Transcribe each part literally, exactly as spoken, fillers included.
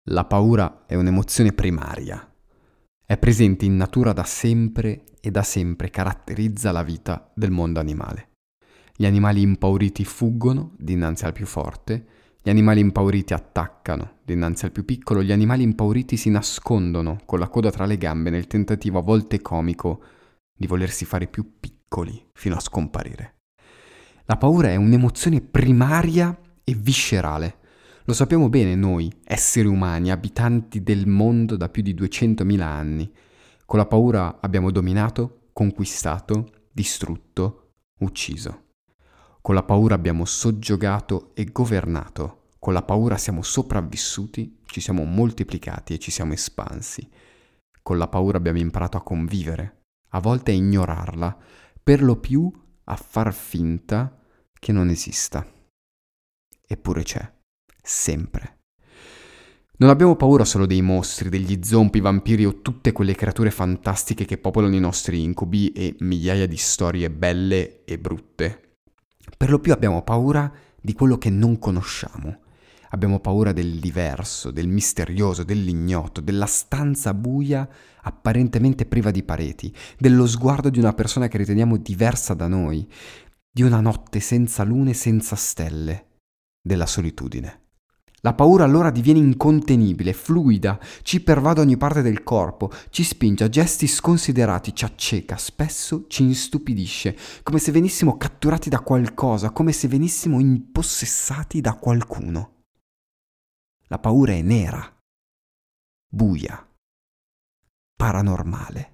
La paura è un'emozione primaria. È presente in natura da sempre e da sempre caratterizza la vita del mondo animale. Gli animali impauriti fuggono dinanzi al più forte, gli animali impauriti attaccano dinanzi al più piccolo, gli animali impauriti si nascondono con la coda tra le gambe nel tentativo a volte comico di volersi fare più piccoli fino a scomparire. La paura è un'emozione primaria e viscerale. Lo sappiamo bene noi, esseri umani, abitanti del mondo da più di duecentomila anni. Con la paura abbiamo dominato, conquistato, distrutto, ucciso. Con la paura abbiamo soggiogato e governato. Con la paura siamo sopravvissuti, ci siamo moltiplicati e ci siamo espansi. Con la paura abbiamo imparato a convivere, a volte a ignorarla, per lo più a far finta che non esista. Eppure c'è. Sempre. Non abbiamo paura solo dei mostri, degli zombi, vampiri o tutte quelle creature fantastiche che popolano i nostri incubi e migliaia di storie belle e brutte. Per lo più abbiamo paura di quello che non conosciamo. Abbiamo paura del diverso, del misterioso, dell'ignoto, della stanza buia apparentemente priva di pareti, dello sguardo di una persona che riteniamo diversa da noi, di una notte senza lune, senza stelle, della solitudine. La paura allora diviene incontenibile, fluida, ci pervade ogni parte del corpo, ci spinge a gesti sconsiderati, ci acceca, spesso ci istupidisce, come se venissimo catturati da qualcosa, come se venissimo impossessati da qualcuno. La paura è nera, buia, paranormale.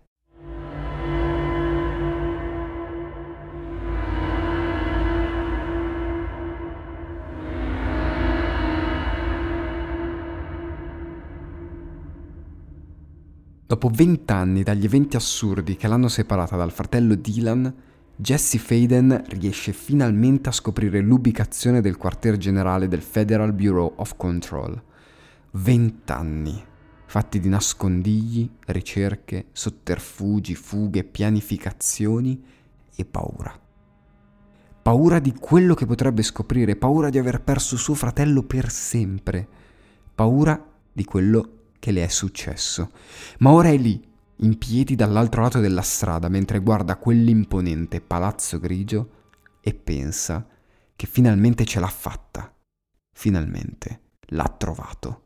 Dopo vent'anni dagli eventi assurdi che l'hanno separata dal fratello Dylan, Jesse Faden riesce finalmente a scoprire l'ubicazione del quartier generale del Federal Bureau of Control. Vent'anni, fatti di nascondigli, ricerche, sotterfugi, fughe, pianificazioni e paura. Paura di quello che potrebbe scoprire, paura di aver perso suo fratello per sempre, paura di quello che le è successo. Ma ora è lì, in piedi dall'altro lato della strada, mentre guarda quell'imponente palazzo grigio e pensa che finalmente ce l'ha fatta. Finalmente l'ha trovato.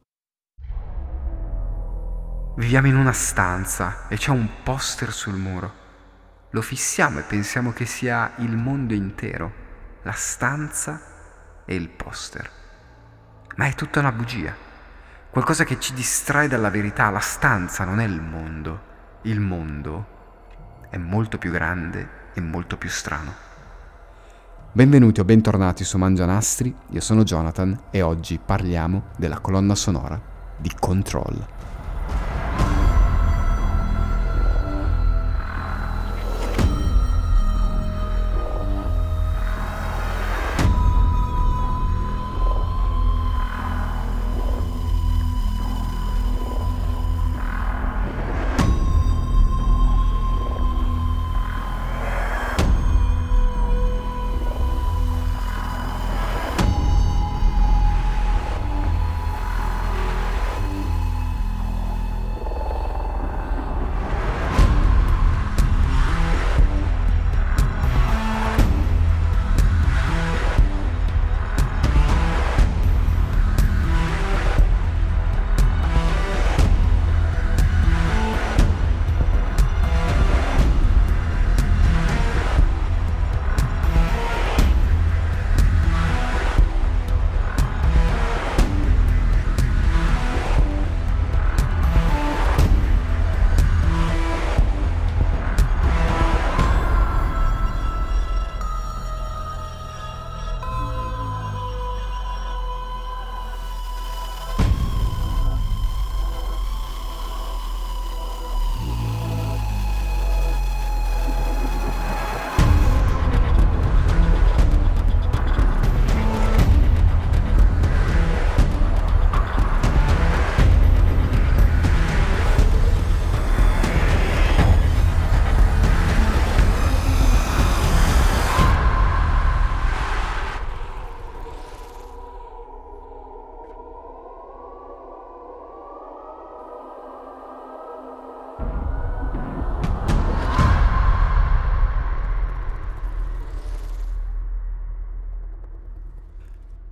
Viviamo in una stanza e c'è un poster sul muro. Lo fissiamo e pensiamo che sia il mondo intero, la stanza e il poster. Ma è tutta una bugia. Qualcosa che ci distrae dalla verità. La stanza non è il mondo. Il mondo è molto più grande e molto più strano. Benvenuti o bentornati su Mangianastri, io sono Jonathan e oggi parliamo della colonna sonora di Control.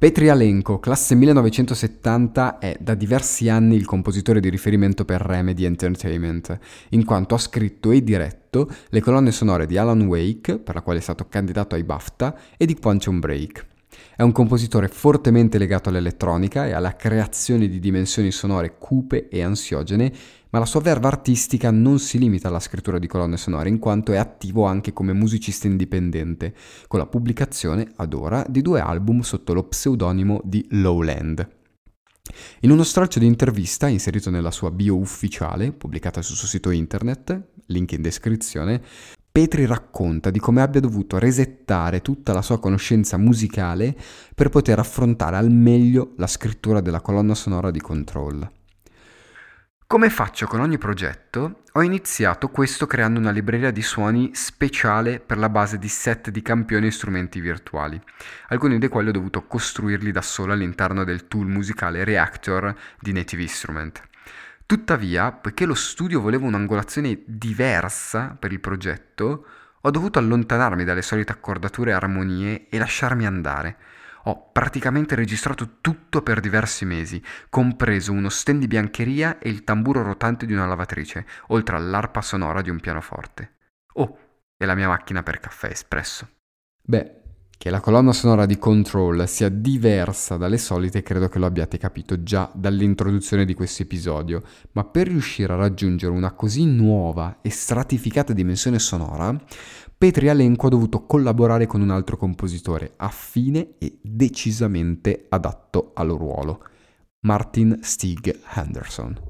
Petri Alenko, classe millenovecentosettanta, è da diversi anni il compositore di riferimento per Remedy Entertainment, in quanto ha scritto e diretto le colonne sonore di Alan Wake, per la quale è stato candidato ai BAFTA, e di Quantum Break. È un compositore fortemente legato all'elettronica e alla creazione di dimensioni sonore cupe e ansiogene, ma la sua verve artistica non si limita alla scrittura di colonne sonore, in quanto è attivo anche come musicista indipendente, con la pubblicazione, ad ora, di due album sotto lo pseudonimo di Lowland. In uno stralcio di intervista inserito nella sua bio ufficiale, pubblicata sul suo sito internet, link in descrizione, Petri racconta di come abbia dovuto resettare tutta la sua conoscenza musicale per poter affrontare al meglio la scrittura della colonna sonora di Control. Come faccio con ogni progetto, ho iniziato questo creando una libreria di suoni speciale per la base di set di campioni e strumenti virtuali, alcuni dei quali ho dovuto costruirli da solo all'interno del tool musicale Reactor di Native Instrument. Tuttavia, poiché lo studio voleva un'angolazione diversa per il progetto, ho dovuto allontanarmi dalle solite accordature e armonie e lasciarmi andare. Ho praticamente registrato tutto per diversi mesi, compreso uno stand di biancheria e il tamburo rotante di una lavatrice, oltre all'arpa sonora di un pianoforte. Oh, e la mia macchina per caffè espresso. Beh, che la colonna sonora di Control sia diversa dalle solite credo che lo abbiate capito già dall'introduzione di questo episodio, ma per riuscire a raggiungere una così nuova e stratificata dimensione sonora, Petri Alenko ha dovuto collaborare con un altro compositore affine e decisamente adatto al ruolo, Martin Stig Henderson.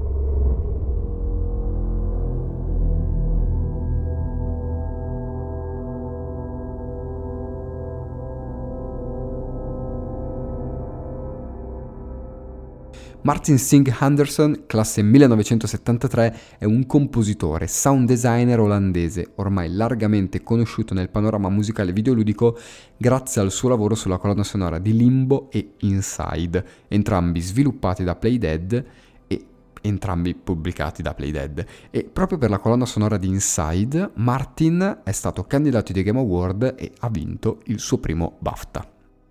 Martin Stig Henderson, classe millenovecentosettantatré, è un compositore, sound designer olandese, ormai largamente conosciuto nel panorama musicale videoludico grazie al suo lavoro sulla colonna sonora di Limbo e Inside, entrambi sviluppati da Playdead e entrambi pubblicati da Playdead. E proprio per la colonna sonora di Inside, Martin è stato candidato ai Game Award e ha vinto il suo primo BAFTA.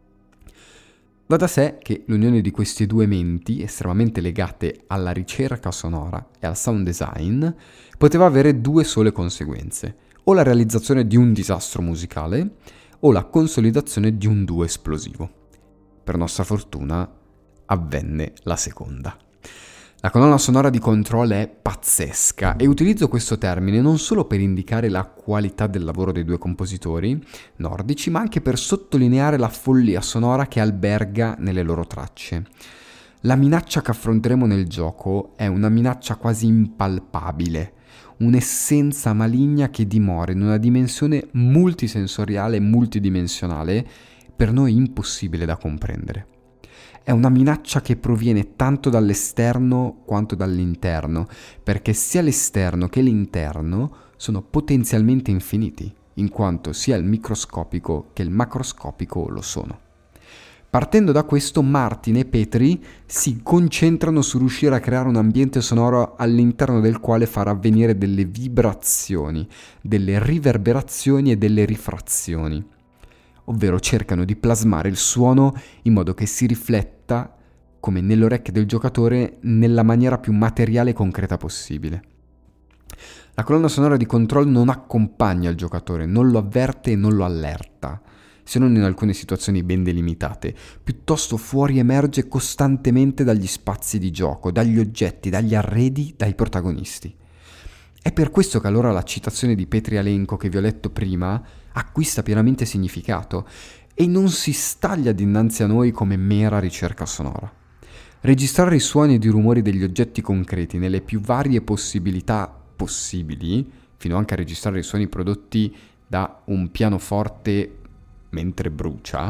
Va da sé che l'unione di queste due menti, estremamente legate alla ricerca sonora e al sound design, poteva avere due sole conseguenze: o la realizzazione di un disastro musicale, o la consolidazione di un duo esplosivo. Per nostra fortuna, avvenne la seconda. La colonna sonora di Control è pazzesca e utilizzo questo termine non solo per indicare la qualità del lavoro dei due compositori nordici, ma anche per sottolineare la follia sonora che alberga nelle loro tracce. La minaccia che affronteremo nel gioco è una minaccia quasi impalpabile, un'essenza maligna che dimora in una dimensione multisensoriale e multidimensionale per noi impossibile da comprendere. È una minaccia che proviene tanto dall'esterno quanto dall'interno, perché sia l'esterno che l'interno sono potenzialmente infiniti, in quanto sia il microscopico che il macroscopico lo sono. Partendo da questo, Martin e Petri si concentrano su riuscire a creare un ambiente sonoro all'interno del quale far avvenire delle vibrazioni, delle riverberazioni e delle rifrazioni, ovvero cercano di plasmare il suono in modo che si rifletta, come nelle orecchie del giocatore, nella maniera più materiale e concreta possibile. La colonna sonora di Control non accompagna il giocatore, non lo avverte e non lo allerta, se non in alcune situazioni ben delimitate, piuttosto fuori emerge costantemente dagli spazi di gioco, dagli oggetti, dagli arredi, dai protagonisti. È per questo che allora la citazione di Petri Alenko che vi ho letto prima acquista pienamente significato e non si staglia dinanzi a noi come mera ricerca sonora. Registrare i suoni ed i rumori degli oggetti concreti nelle più varie possibilità possibili, fino anche a registrare i suoni prodotti da un pianoforte mentre brucia,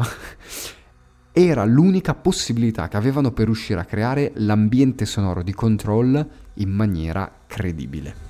era l'unica possibilità che avevano per riuscire a creare l'ambiente sonoro di Control in maniera credibile.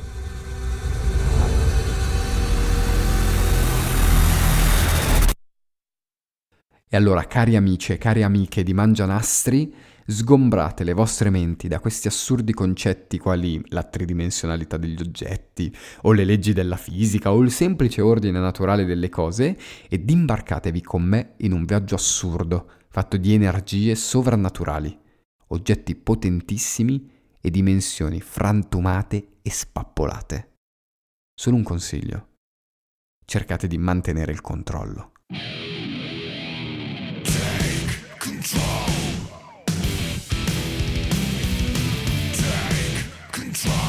E allora, cari amici e cari amiche di Mangianastri, sgombrate le vostre menti da questi assurdi concetti quali la tridimensionalità degli oggetti, o le leggi della fisica, o il semplice ordine naturale delle cose, ed imbarcatevi con me in un viaggio assurdo, fatto di energie sovrannaturali, oggetti potentissimi e dimensioni frantumate e spappolate. Solo un consiglio: cercate di mantenere il controllo. Take control. Take control.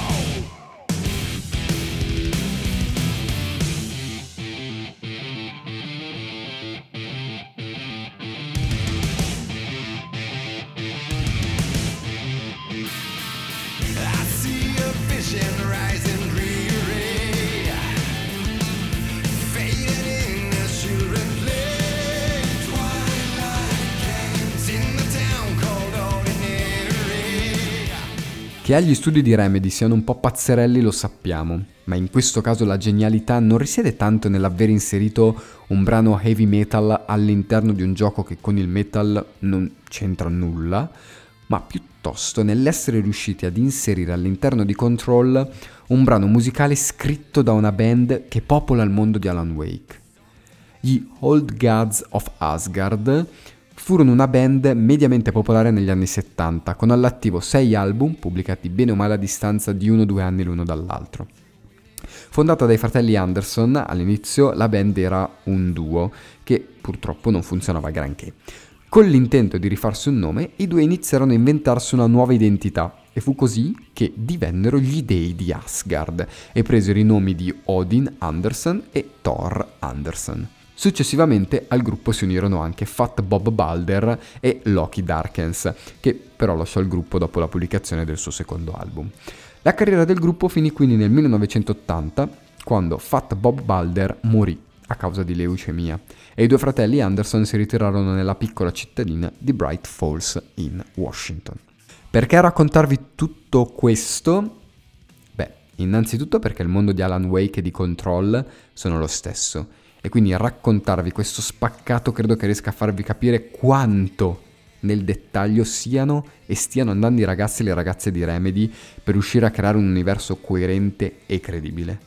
Che agli studi di Remedy siano un po' pazzerelli lo sappiamo, ma in questo caso la genialità non risiede tanto nell'aver inserito un brano heavy metal all'interno di un gioco che con il metal non c'entra nulla, ma piuttosto nell'essere riusciti ad inserire all'interno di Control un brano musicale scritto da una band che popola il mondo di Alan Wake. Gli Old Gods of Asgard furono una band mediamente popolare negli anni settanta, con all'attivo sei album pubblicati bene o male a distanza di uno o due anni l'uno dall'altro. Fondata dai fratelli Anderson, all'inizio la band era un duo che purtroppo non funzionava granché. Con l'intento di rifarsi un nome, i due iniziarono a inventarsi una nuova identità e fu così che divennero gli dei di Asgard e presero i nomi di Odin Anderson e Thor Anderson. Successivamente al gruppo si unirono anche Fat Bob Balder e Loki Darkens, che però lasciò il gruppo dopo la pubblicazione del suo secondo album. La carriera del gruppo finì quindi nel millenovecentottanta, quando Fat Bob Balder morì a causa di leucemia, e i due fratelli Anderson si ritirarono nella piccola cittadina di Bright Falls in Washington. Perché raccontarvi tutto questo? Beh, innanzitutto perché il mondo di Alan Wake e di Control sono lo stesso, e quindi raccontarvi questo spaccato credo che riesca a farvi capire quanto nel dettaglio siano e stiano andando i ragazzi e le ragazze di Remedy per riuscire a creare un universo coerente e credibile.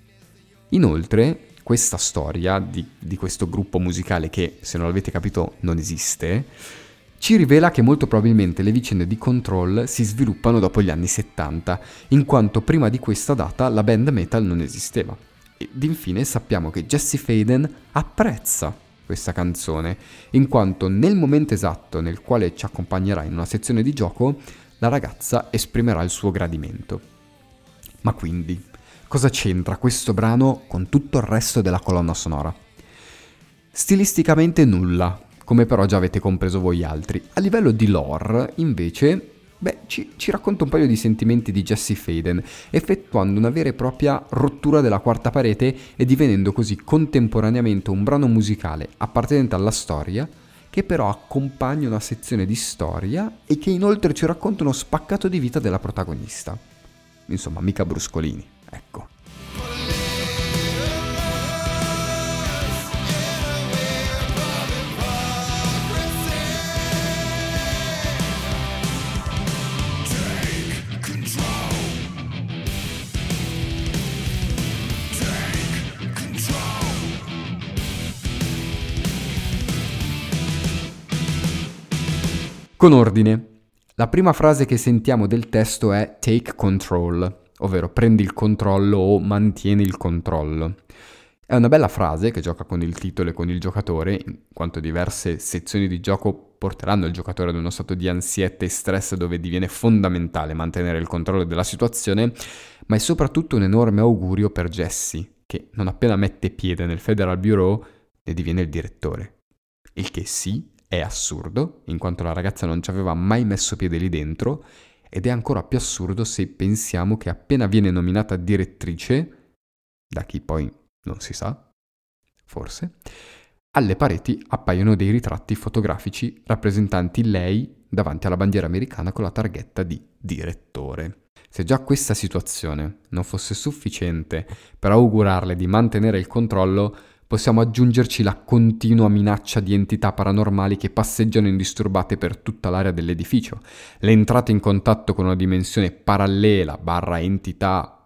Inoltre, questa storia di, di questo gruppo musicale che, se non l'avete capito, non esiste, ci rivela che molto probabilmente le vicende di Control si sviluppano dopo gli anni settanta, in quanto prima di questa data la band metal non esisteva. Ed infine sappiamo che Jesse Faden apprezza questa canzone, in quanto nel momento esatto nel quale ci accompagnerà in una sezione di gioco, la ragazza esprimerà il suo gradimento. Ma quindi, cosa c'entra questo brano con tutto il resto della colonna sonora? Stilisticamente nulla, come però già avete compreso voi altri. A livello di lore, invece, beh, ci, ci racconta un paio di sentimenti di Jesse Faden, effettuando una vera e propria rottura della quarta parete e divenendo così contemporaneamente un brano musicale appartenente alla storia, che però accompagna una sezione di storia e che inoltre ci racconta uno spaccato di vita della protagonista. Insomma, mica bruscolini, ecco. Con ordine. La prima frase che sentiamo del testo è take control, ovvero prendi il controllo o mantieni il controllo. È una bella frase che gioca con il titolo e con il giocatore, in quanto diverse sezioni di gioco porteranno il giocatore ad uno stato di ansietta e stress dove diviene fondamentale mantenere il controllo della situazione, ma è soprattutto un enorme augurio per Jesse, che non appena mette piede nel Federal Bureau ne diviene il direttore. Il che sì, è assurdo, in quanto la ragazza non ci aveva mai messo piede lì dentro, ed è ancora più assurdo se pensiamo che appena viene nominata direttrice, da chi poi non si sa, forse, alle pareti appaiono dei ritratti fotografici rappresentanti lei davanti alla bandiera americana con la targhetta di direttore. Se già questa situazione non fosse sufficiente per augurarle di mantenere il controllo, possiamo aggiungerci la continua minaccia di entità paranormali che passeggiano indisturbate per tutta l'area dell'edificio, l'entrata in contatto con una dimensione parallela, barra entità,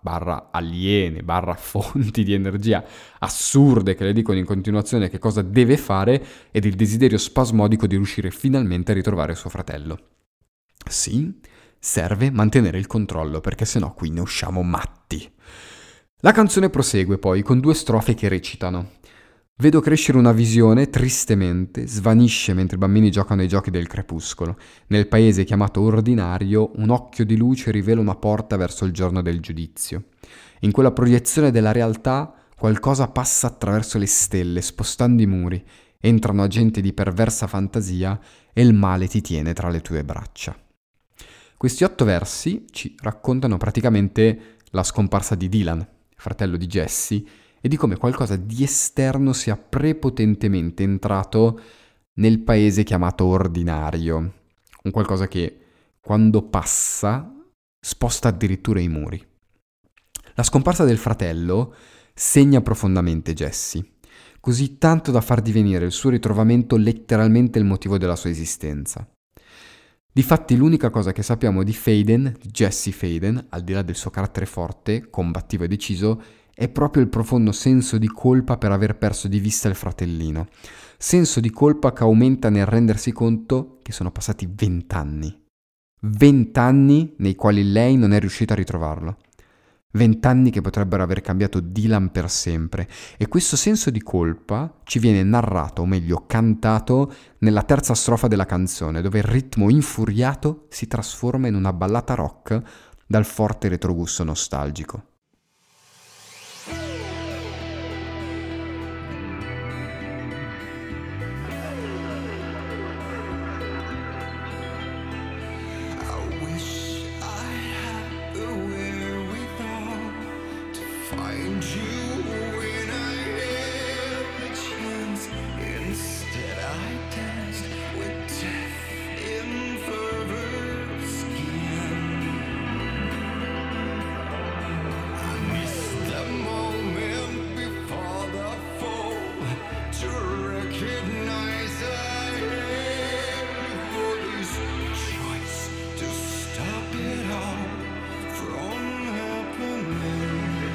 barra aliene, barra fonti di energia assurde che le dicono in continuazione che cosa deve fare ed il desiderio spasmodico di riuscire finalmente a ritrovare suo fratello. Sì, serve mantenere il controllo perché sennò qui ne usciamo matti. La canzone prosegue poi con due strofe che recitano: vedo crescere una visione, tristemente, svanisce mentre i bambini giocano ai giochi del crepuscolo. Nel paese chiamato ordinario, un occhio di luce rivela una porta verso il giorno del giudizio. In quella proiezione della realtà, qualcosa passa attraverso le stelle, spostando i muri. Entrano agenti di perversa fantasia e il male ti tiene tra le tue braccia. Questi otto versi ci raccontano praticamente la scomparsa di Dylan, fratello di Jesse, e di come qualcosa di esterno sia prepotentemente entrato nel paese chiamato ordinario. Un qualcosa che, quando passa, sposta addirittura i muri. La scomparsa del fratello segna profondamente Jesse, così tanto da far divenire il suo ritrovamento letteralmente il motivo della sua esistenza. Difatti l'unica cosa che sappiamo di Faden, di Jesse Faden, al di là del suo carattere forte, combattivo e deciso, è proprio il profondo senso di colpa per aver perso di vista il fratellino. Senso di colpa che aumenta nel rendersi conto che sono passati vent'anni. Vent'anni nei quali lei non è riuscita a ritrovarlo. Vent'anni che potrebbero aver cambiato Dylan per sempre. E questo senso di colpa ci viene narrato, o meglio cantato, nella terza strofa della canzone, dove il ritmo infuriato si trasforma in una ballata rock dal forte retrogusto nostalgico. Find you when I had the chance. Instead I danced with death in fervor skin. I missed the moment before the fall to recognize I had this choice to stop it all from happening.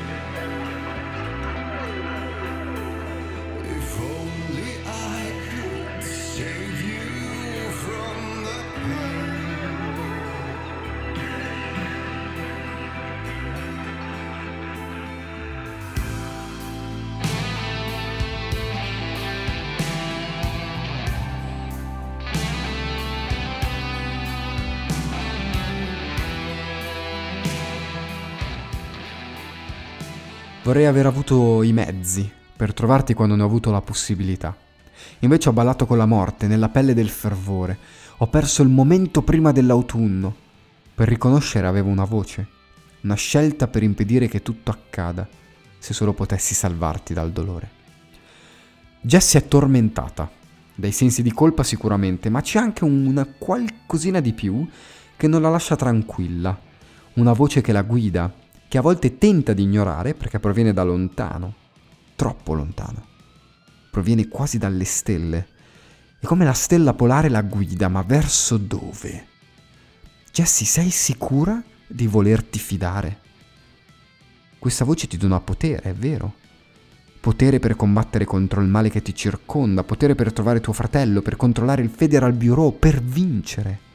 Vorrei aver avuto i mezzi per trovarti quando ne ho avuto la possibilità. Invece ho ballato con la morte, nella pelle del fervore. Ho perso il momento prima dell'autunno. Per riconoscere avevo una voce, una scelta per impedire che tutto accada, se solo potessi salvarti dal dolore. Jessie è tormentata, dai sensi di colpa sicuramente, ma c'è anche una qualcosina di più che non la lascia tranquilla. Una voce che la guida, che a volte tenta di ignorare perché proviene da lontano, troppo lontano. Proviene quasi dalle stelle. È come la stella polare la guida, ma verso dove? Jessie, sei sicura di volerti fidare? Questa voce ti dona potere, è vero. Potere per combattere contro il male che ti circonda, potere per trovare tuo fratello, per controllare il Federal Bureau, per vincere.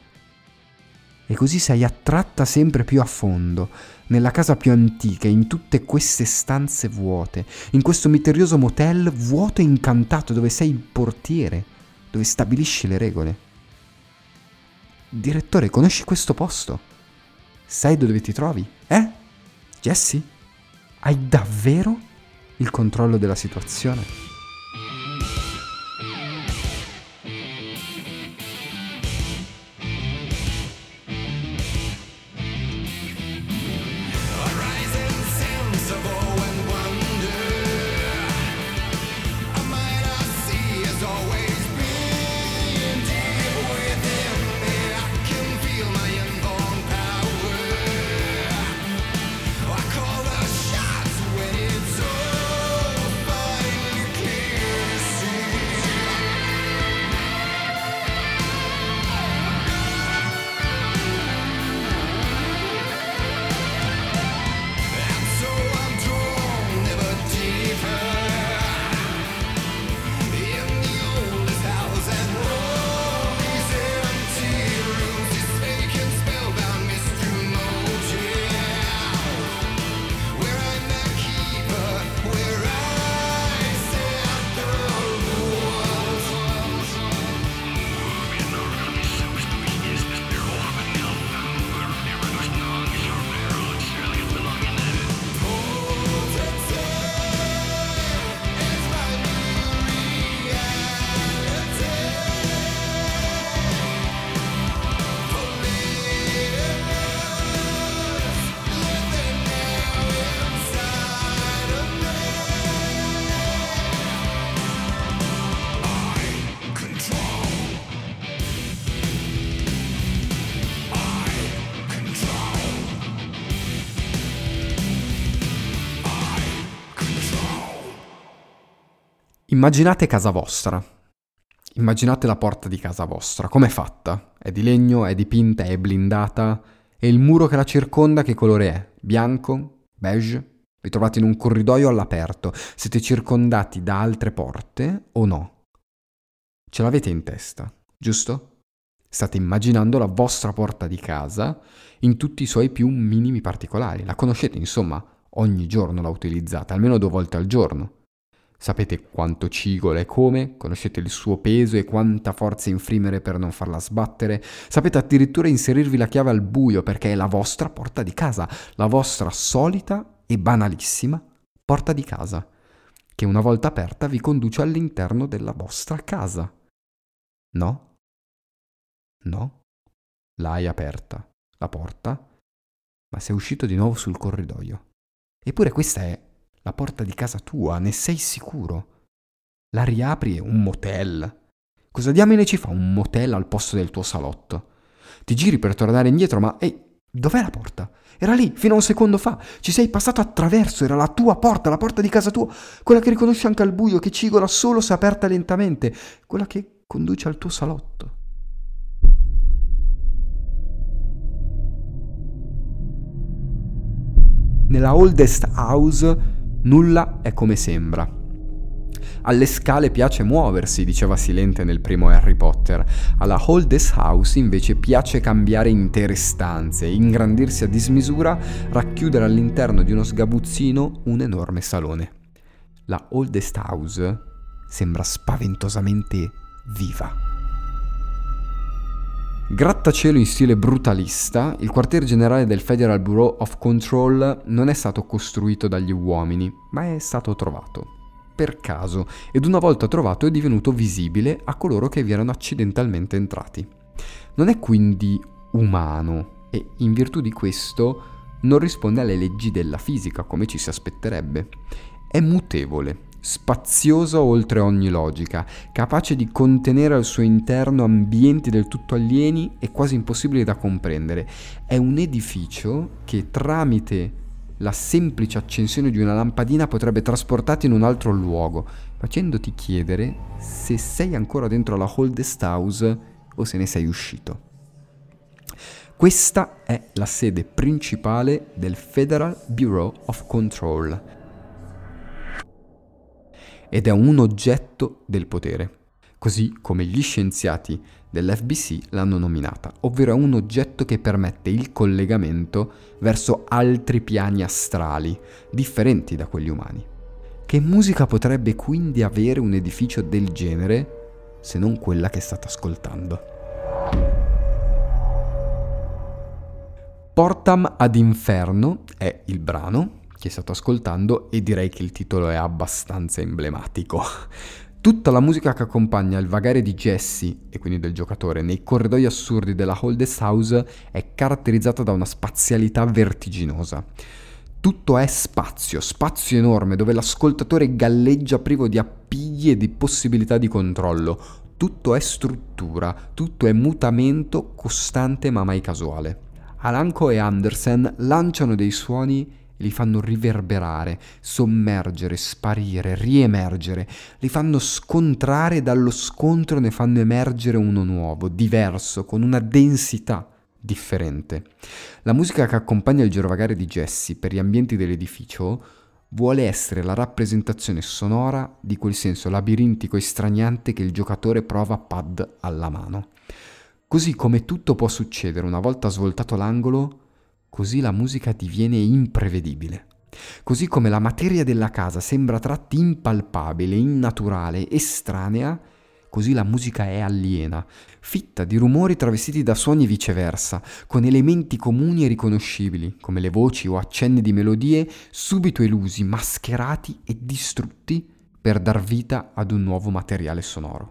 E così sei attratta sempre più a fondo, nella casa più antica, in tutte queste stanze vuote, in questo misterioso motel vuoto e incantato dove sei il portiere, dove stabilisci le regole. Direttore, conosci questo posto? Sai dove ti trovi? Eh? Jessie? Hai davvero il controllo della situazione? Call the shots when it's all finally clear. Immaginate casa vostra. Immaginate la porta di casa vostra. Com'è fatta? È di legno, è dipinta, è blindata? E il muro che la circonda che colore è? Bianco? Beige? Vi trovate in un corridoio all'aperto. Siete circondati da altre porte o no? Ce l'avete in testa, giusto? State immaginando la vostra porta di casa in tutti i suoi più minimi particolari. La conoscete, insomma, ogni giorno la utilizzate, almeno due volte al giorno. Sapete quanto cigola e come, conoscete il suo peso e quanta forza infrimere per non farla sbattere, sapete addirittura inserirvi la chiave al buio perché è la vostra porta di casa, la vostra solita e banalissima porta di casa, che una volta aperta vi conduce all'interno della vostra casa. No? No? L'hai aperta, la porta, ma sei uscito di nuovo sul corridoio. Eppure questa è la porta di casa tua, ne sei sicuro? La riapri e un motel. Cosa diamine ci fa un motel al posto del tuo salotto? Ti giri per tornare indietro, ma ehi, dov'è la porta? Era lì, fino a un secondo fa. Ci sei passato attraverso, era la tua porta, la porta di casa tua, quella che riconosci anche al buio, che cigola solo se aperta lentamente, quella che conduce al tuo salotto. Nella oldest house nulla è come sembra. Alle scale piace muoversi, diceva Silente nel primo Harry Potter. Alla oldest house invece piace cambiare intere stanze, ingrandirsi a dismisura, racchiudere all'interno di uno sgabuzzino un enorme salone. La oldest house sembra spaventosamente viva. Grattacielo in stile brutalista, il quartier generale del Federal Bureau of Control non è stato costruito dagli uomini, ma è stato trovato, per caso, ed una volta trovato è divenuto visibile a coloro che vi erano accidentalmente entrati. Non è quindi umano e, in virtù di questo, non risponde alle leggi della fisica, come ci si aspetterebbe. È mutevole, spazioso oltre ogni logica, capace di contenere al suo interno ambienti del tutto alieni e quasi impossibili da comprendere. È un edificio che tramite la semplice accensione di una lampadina potrebbe trasportarti in un altro luogo, facendoti chiedere se sei ancora dentro la oldest house o se ne sei uscito. Questa è la sede principale del Federal Bureau of Control. Ed è un oggetto del potere, così come gli scienziati dell'F B C l'hanno nominata, ovvero è un oggetto che permette il collegamento verso altri piani astrali, differenti da quelli umani. Che musica potrebbe quindi avere un edificio del genere, se non quella che state ascoltando? Portam ad Inferno è il brano che state ascoltando e direi che il titolo è abbastanza emblematico. Tutta la musica che accompagna il vagare di Jesse, e quindi del giocatore, nei corridoi assurdi della oldest house è caratterizzata da una spazialità vertiginosa. Tutto è spazio, spazio enorme dove l'ascoltatore galleggia privo di appigli e di possibilità di controllo. Tutto è struttura, tutto è mutamento costante ma mai casuale. Alanko e Andersen lanciano dei suoni e li fanno riverberare, sommergere, sparire, riemergere, li fanno scontrare e dallo scontro ne fanno emergere uno nuovo, diverso, con una densità differente. La musica che accompagna il girovagare di Jesse per gli ambienti dell'edificio vuole essere la rappresentazione sonora di quel senso labirintico e straniante che il giocatore prova pad alla mano. Così come tutto può succedere una volta svoltato l'angolo, così la musica diviene imprevedibile. Così come la materia della casa sembra a tratti impalpabile, innaturale, estranea, così la musica è aliena, fitta di rumori travestiti da suoni e viceversa, con elementi comuni e riconoscibili, come le voci o accenni di melodie, subito elusi, mascherati e distrutti per dar vita ad un nuovo materiale sonoro.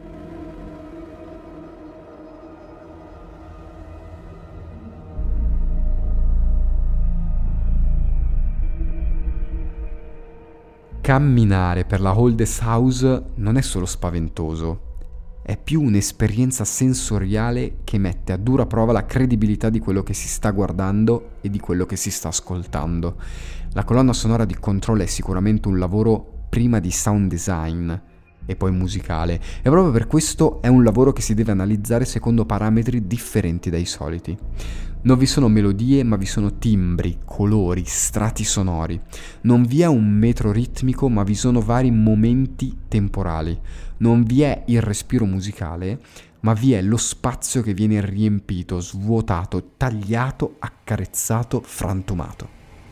Camminare per la oldest house non è solo spaventoso, è più un'esperienza sensoriale che mette a dura prova la credibilità di quello che si sta guardando e di quello che si sta ascoltando. La colonna sonora di Control è sicuramente un lavoro prima di sound design e poi musicale, e proprio per questo è un lavoro che si deve analizzare secondo parametri differenti dai soliti. Non vi sono melodie, ma vi sono timbri, colori, strati sonori. Non vi è un metro ritmico, ma vi sono vari momenti temporali. Non vi è il respiro musicale, ma vi è lo spazio che viene riempito, svuotato, tagliato, accarezzato, frantumato.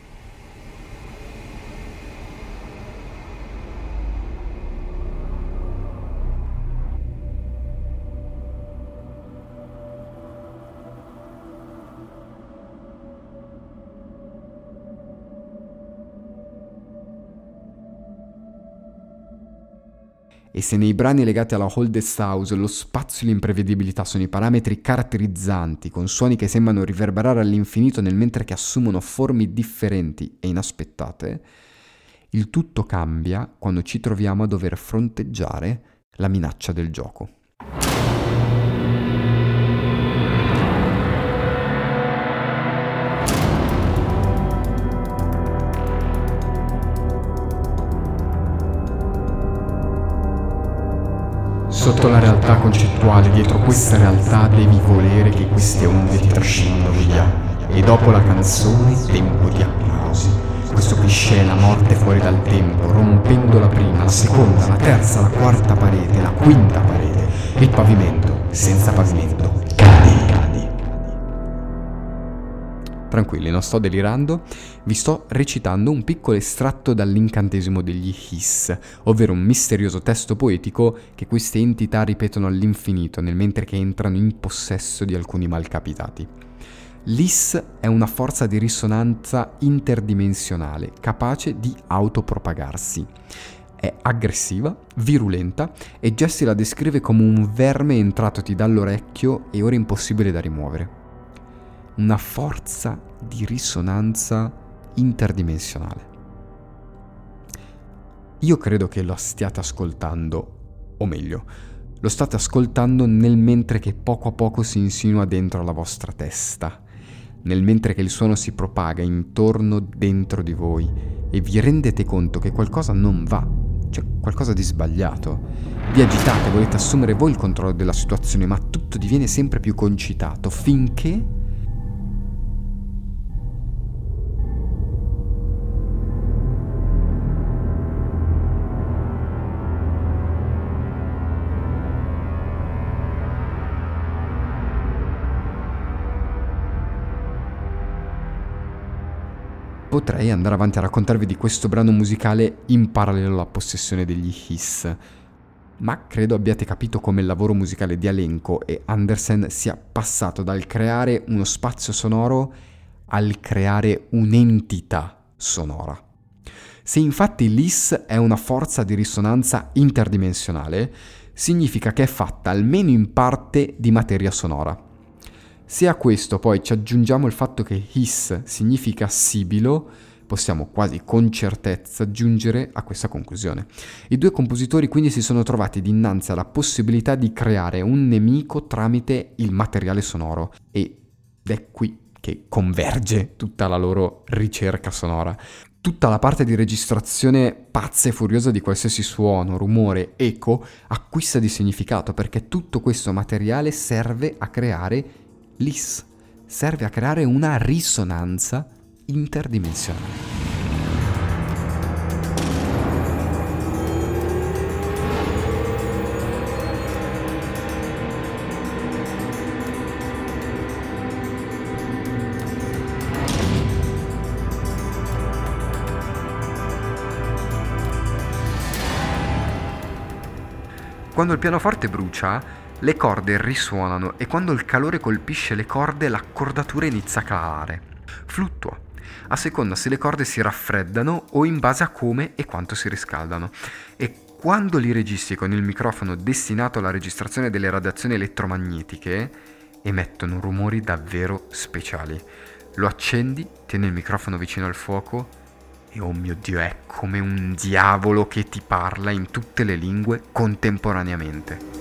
E se nei brani legati alla Oldest House lo spazio e l'imprevedibilità sono i parametri caratterizzanti, con suoni che sembrano riverberare all'infinito nel mentre che assumono forme differenti e inaspettate, il tutto cambia quando ci troviamo a dover fronteggiare la minaccia del gioco. Sotto la realtà concettuale, dietro questa realtà devi volere che queste onde ti trascinino via. E dopo la canzone, tempo di applausi. Questo cliché è la morte fuori dal tempo, rompendo la prima, la seconda, la terza, la quarta parete, la quinta parete. E il pavimento, senza pavimento, cadi. Tranquilli, non sto delirando, vi sto recitando un piccolo estratto dall'incantesimo degli Hiss, ovvero un misterioso testo poetico che queste entità ripetono all'infinito nel mentre che entrano in possesso di alcuni malcapitati. L'Hiss è una forza di risonanza interdimensionale, capace di autopropagarsi. È aggressiva, virulenta e Jesse la descrive come un verme entratoti dall'orecchio e ora impossibile da rimuovere. Una forza di risonanza interdimensionale. Io credo che lo stiate ascoltando, o meglio, lo state ascoltando nel mentre che poco a poco si insinua dentro la vostra testa, nel mentre che il suono si propaga intorno dentro di voi e vi rendete conto che qualcosa non va, c'è qualcosa di sbagliato. Vi agitate, volete assumere voi il controllo della situazione, ma tutto diviene sempre più concitato finché potrei andare avanti a raccontarvi di questo brano musicale in parallelo alla possessione degli Hiss, ma credo abbiate capito come il lavoro musicale di Alenko e Andersen sia passato dal creare uno spazio sonoro al creare un'entità sonora. Se infatti l'Hiss è una forza di risonanza interdimensionale, significa che è fatta almeno in parte di materia sonora. Se a questo poi ci aggiungiamo il fatto che Hiss significa sibilo, possiamo quasi con certezza giungere a questa conclusione. I due compositori quindi si sono trovati dinanzi alla possibilità di creare un nemico tramite il materiale sonoro, ed è qui che converge tutta la loro ricerca sonora. Tutta la parte di registrazione pazza e furiosa di qualsiasi suono, rumore, eco acquista di significato, perché tutto questo materiale serve a creare l'Hiss, serve a creare una risonanza interdimensionale. Quando il pianoforte brucia, le corde risuonano e quando il calore colpisce le corde l'accordatura inizia a calare. Fluttua, a seconda se le corde si raffreddano o in base a come e quanto si riscaldano. E quando li registri con il microfono destinato alla registrazione delle radiazioni elettromagnetiche, emettono rumori davvero speciali. Lo accendi, tieni il microfono vicino al fuoco e oh mio Dio, è come un diavolo che ti parla in tutte le lingue contemporaneamente.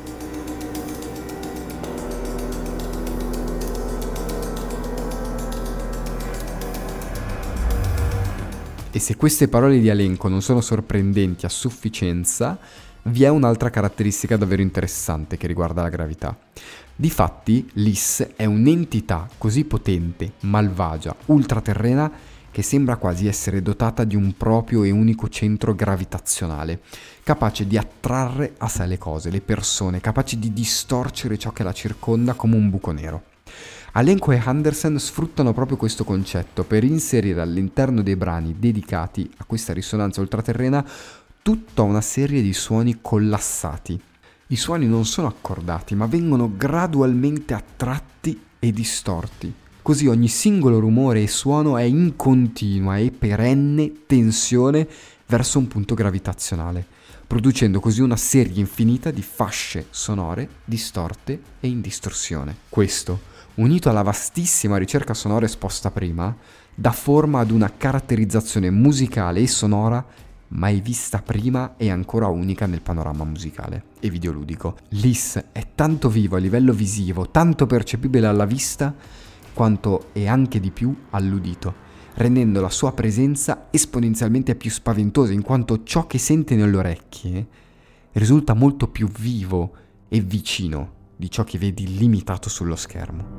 E se queste parole di Alenko non sono sorprendenti a sufficienza, vi è un'altra caratteristica davvero interessante che riguarda la gravità. Difatti, l'Is è un'entità così potente, malvagia, ultraterrena, che sembra quasi essere dotata di un proprio e unico centro gravitazionale, capace di attrarre a sé le cose, le persone, capace di distorcere ciò che la circonda come un buco nero. Alenko e Andersen sfruttano proprio questo concetto per inserire all'interno dei brani dedicati a questa risonanza ultraterrena tutta una serie di suoni collassati. I suoni non sono accordati, ma vengono gradualmente attratti e distorti. Così ogni singolo rumore e suono è in continua e perenne tensione verso un punto gravitazionale, producendo così una serie infinita di fasce sonore distorte e in distorsione. Questo, unito alla vastissima ricerca sonora esposta prima, dà forma ad una caratterizzazione musicale e sonora mai vista prima e ancora unica nel panorama musicale e videoludico. L'Is è tanto vivo a livello visivo, tanto percepibile alla vista, quanto e anche di più all'udito, rendendo la sua presenza esponenzialmente più spaventosa, in quanto ciò che sente nelle orecchie risulta molto più vivo e vicino di ciò che vedi limitato sullo schermo.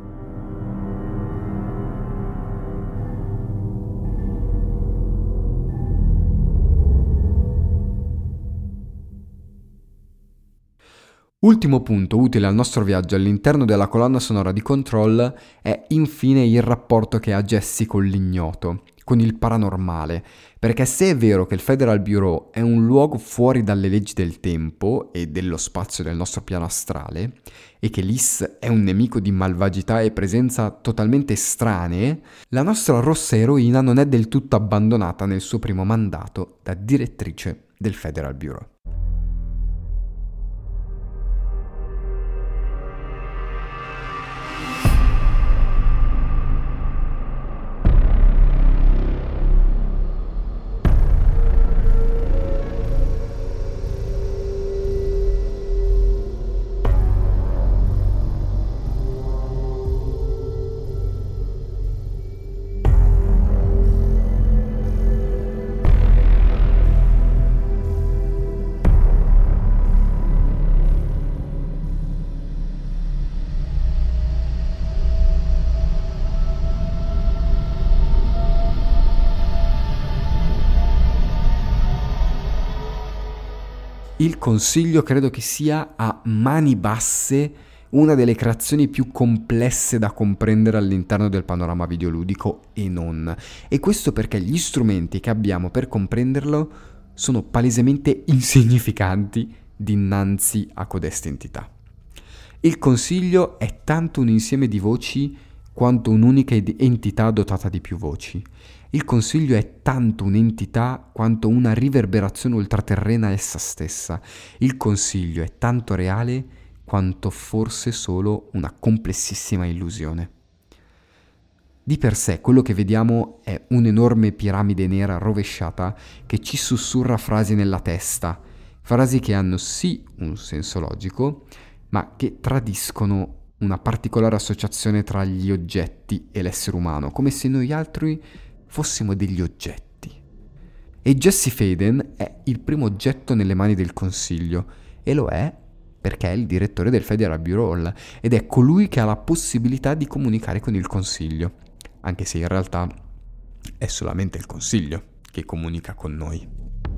Ultimo punto utile al nostro viaggio all'interno della colonna sonora di Control è infine il rapporto che ha Jesse con l'ignoto, con il paranormale, perché se è vero che il Federal Bureau è un luogo fuori dalle leggi del tempo e dello spazio del nostro piano astrale, e che l'Is è un nemico di malvagità e presenza totalmente estranee, la nostra rossa eroina non è del tutto abbandonata nel suo primo mandato da direttrice del Federal Bureau. Il Consiglio credo che sia a mani basse una delle creazioni più complesse da comprendere all'interno del panorama videoludico e non. E questo perché gli strumenti che abbiamo per comprenderlo sono palesemente insignificanti dinanzi a codesta entità. Il Consiglio è tanto un insieme di voci quanto un'unica ed- entità dotata di più voci. Il Consiglio è tanto un'entità quanto una riverberazione ultraterrena essa stessa. Il Consiglio è tanto reale quanto forse solo una complessissima illusione. Di per sé quello che vediamo è un'enorme piramide nera rovesciata che ci sussurra frasi nella testa, frasi che hanno sì un senso logico, ma che tradiscono una particolare associazione tra gli oggetti e l'essere umano, come se noi altri fossimo degli oggetti. E Jesse Faden è il primo oggetto nelle mani del Consiglio, e lo è perché è il direttore del Federal Bureau ed è colui che ha la possibilità di comunicare con il Consiglio, anche se in realtà è solamente il Consiglio che comunica con noi.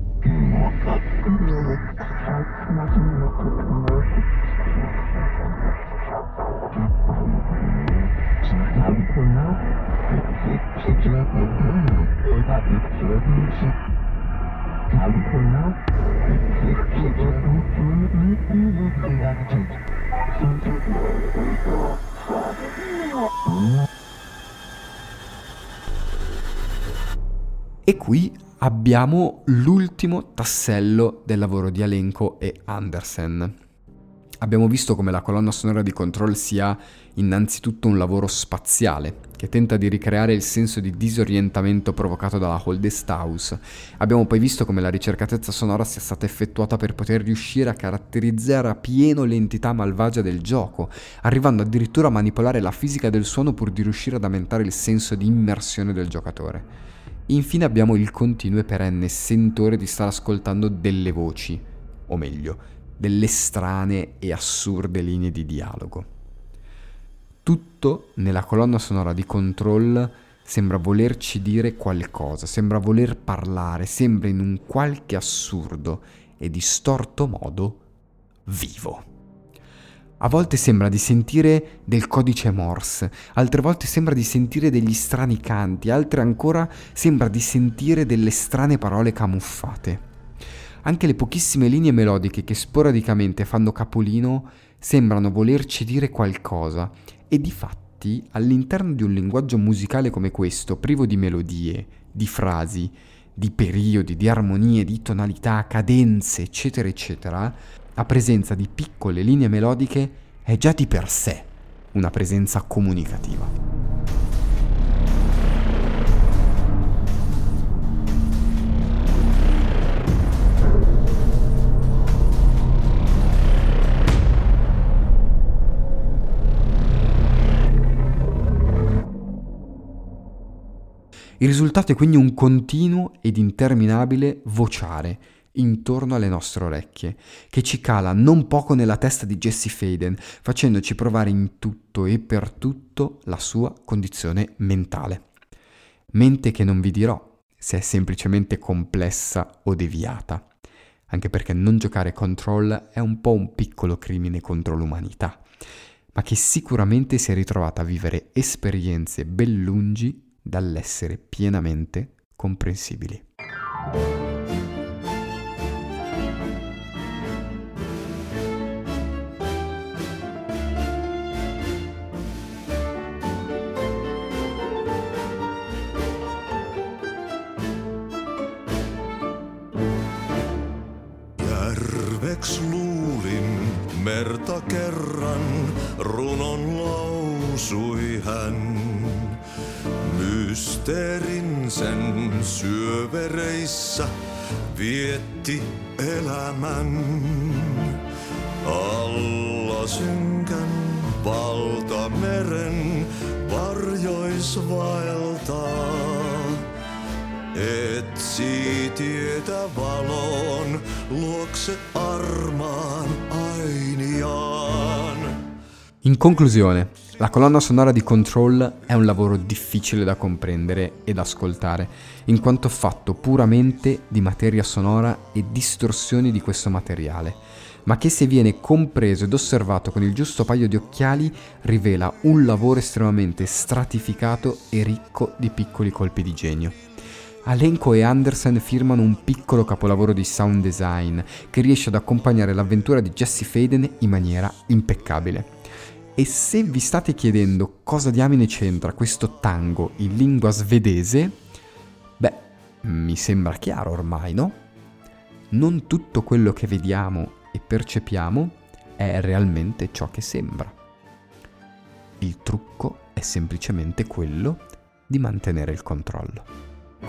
E qui abbiamo l'ultimo tassello del lavoro di Alenko e Andersen. Abbiamo visto come la colonna sonora di Control sia innanzitutto un lavoro spaziale, che tenta di ricreare il senso di disorientamento provocato dalla Oldest House. Abbiamo poi visto come la ricercatezza sonora sia stata effettuata per poter riuscire a caratterizzare a pieno l'entità malvagia del gioco, arrivando addirittura a manipolare la fisica del suono pur di riuscire ad aumentare il senso di immersione del giocatore. Infine abbiamo il continuo e perenne sentore di stare ascoltando delle voci, o meglio, delle strane e assurde linee di dialogo. Tutto nella colonna sonora di Control sembra volerci dire qualcosa, sembra voler parlare, sembra in un qualche assurdo e distorto modo vivo. A volte sembra di sentire del codice Morse, altre volte sembra di sentire degli strani canti, altre ancora sembra di sentire delle strane parole camuffate. Anche le pochissime linee melodiche che sporadicamente fanno capolino sembrano volerci dire qualcosa e difatti all'interno di un linguaggio musicale come questo, privo di melodie, di frasi, di periodi, di armonie, di tonalità, cadenze, eccetera, eccetera, la presenza di piccole linee melodiche è già di per sé una presenza comunicativa. Il risultato è quindi un continuo ed interminabile vociare intorno alle nostre orecchie, che ci cala non poco nella testa di Jesse Faden, facendoci provare in tutto e per tutto la sua condizione mentale. Mente che non vi dirò se è semplicemente complessa o deviata, anche perché non giocare Control è un po' un piccolo crimine contro l'umanità, ma che sicuramente si è ritrovata a vivere esperienze ben lungi dall'essere pienamente comprensibili. Järveks luulin merta kerran, runon lausui hän. Mysteerin sen syövereissä vietti elämän. Alla synkän valtameren varjois vaeltaa. Etsi tietä valon luokse armaan ainiaan. In conclusione, la colonna sonora di Control è un lavoro difficile da comprendere ed ascoltare, in quanto fatto puramente di materia sonora e distorsioni di questo materiale, ma che se viene compreso ed osservato con il giusto paio di occhiali rivela un lavoro estremamente stratificato e ricco di piccoli colpi di genio. Alenko e Andersen firmano un piccolo capolavoro di sound design che riesce ad accompagnare l'avventura di Jesse Faden in maniera impeccabile. E se vi state chiedendo cosa diamine c'entra questo tango in lingua svedese, beh, mi sembra chiaro ormai, no? Non tutto quello che vediamo e percepiamo è realmente ciò che sembra. Il trucco è semplicemente quello di mantenere il controllo.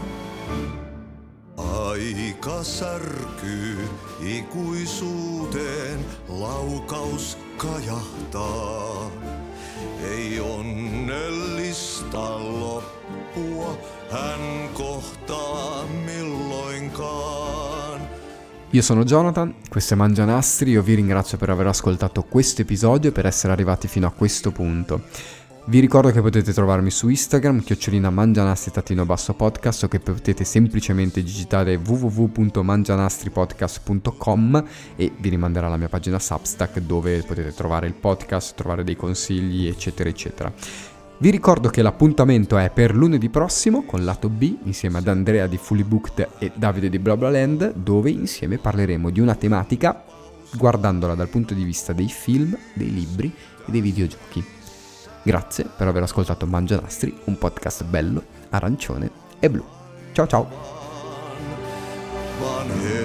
Aika särkyy ikuisuuteen, laukaus kajahtaa. Ei onnellista loppua hän kohtaa milloinkaan. Io sono Jonathan, questo è Mangianastri, io vi ringrazio per aver ascoltato questo episodio e per essere arrivati fino a questo punto. Vi ricordo che potete trovarmi su Instagram, chiocciolina mangianastri trattino basso podcast, o che potete semplicemente digitare w w w punto mangianastripodcast punto com e vi rimanderà alla mia pagina Substack dove potete trovare il podcast, trovare dei consigli, eccetera, eccetera. Vi ricordo che l'appuntamento è per lunedì prossimo con Lato B insieme ad Andrea di Fully Booked e Davide di BlaBlaLand, dove insieme parleremo di una tematica guardandola dal punto di vista dei film, dei libri e dei videogiochi. Grazie per aver ascoltato Mangianastri, un podcast bello, arancione e blu. Ciao ciao!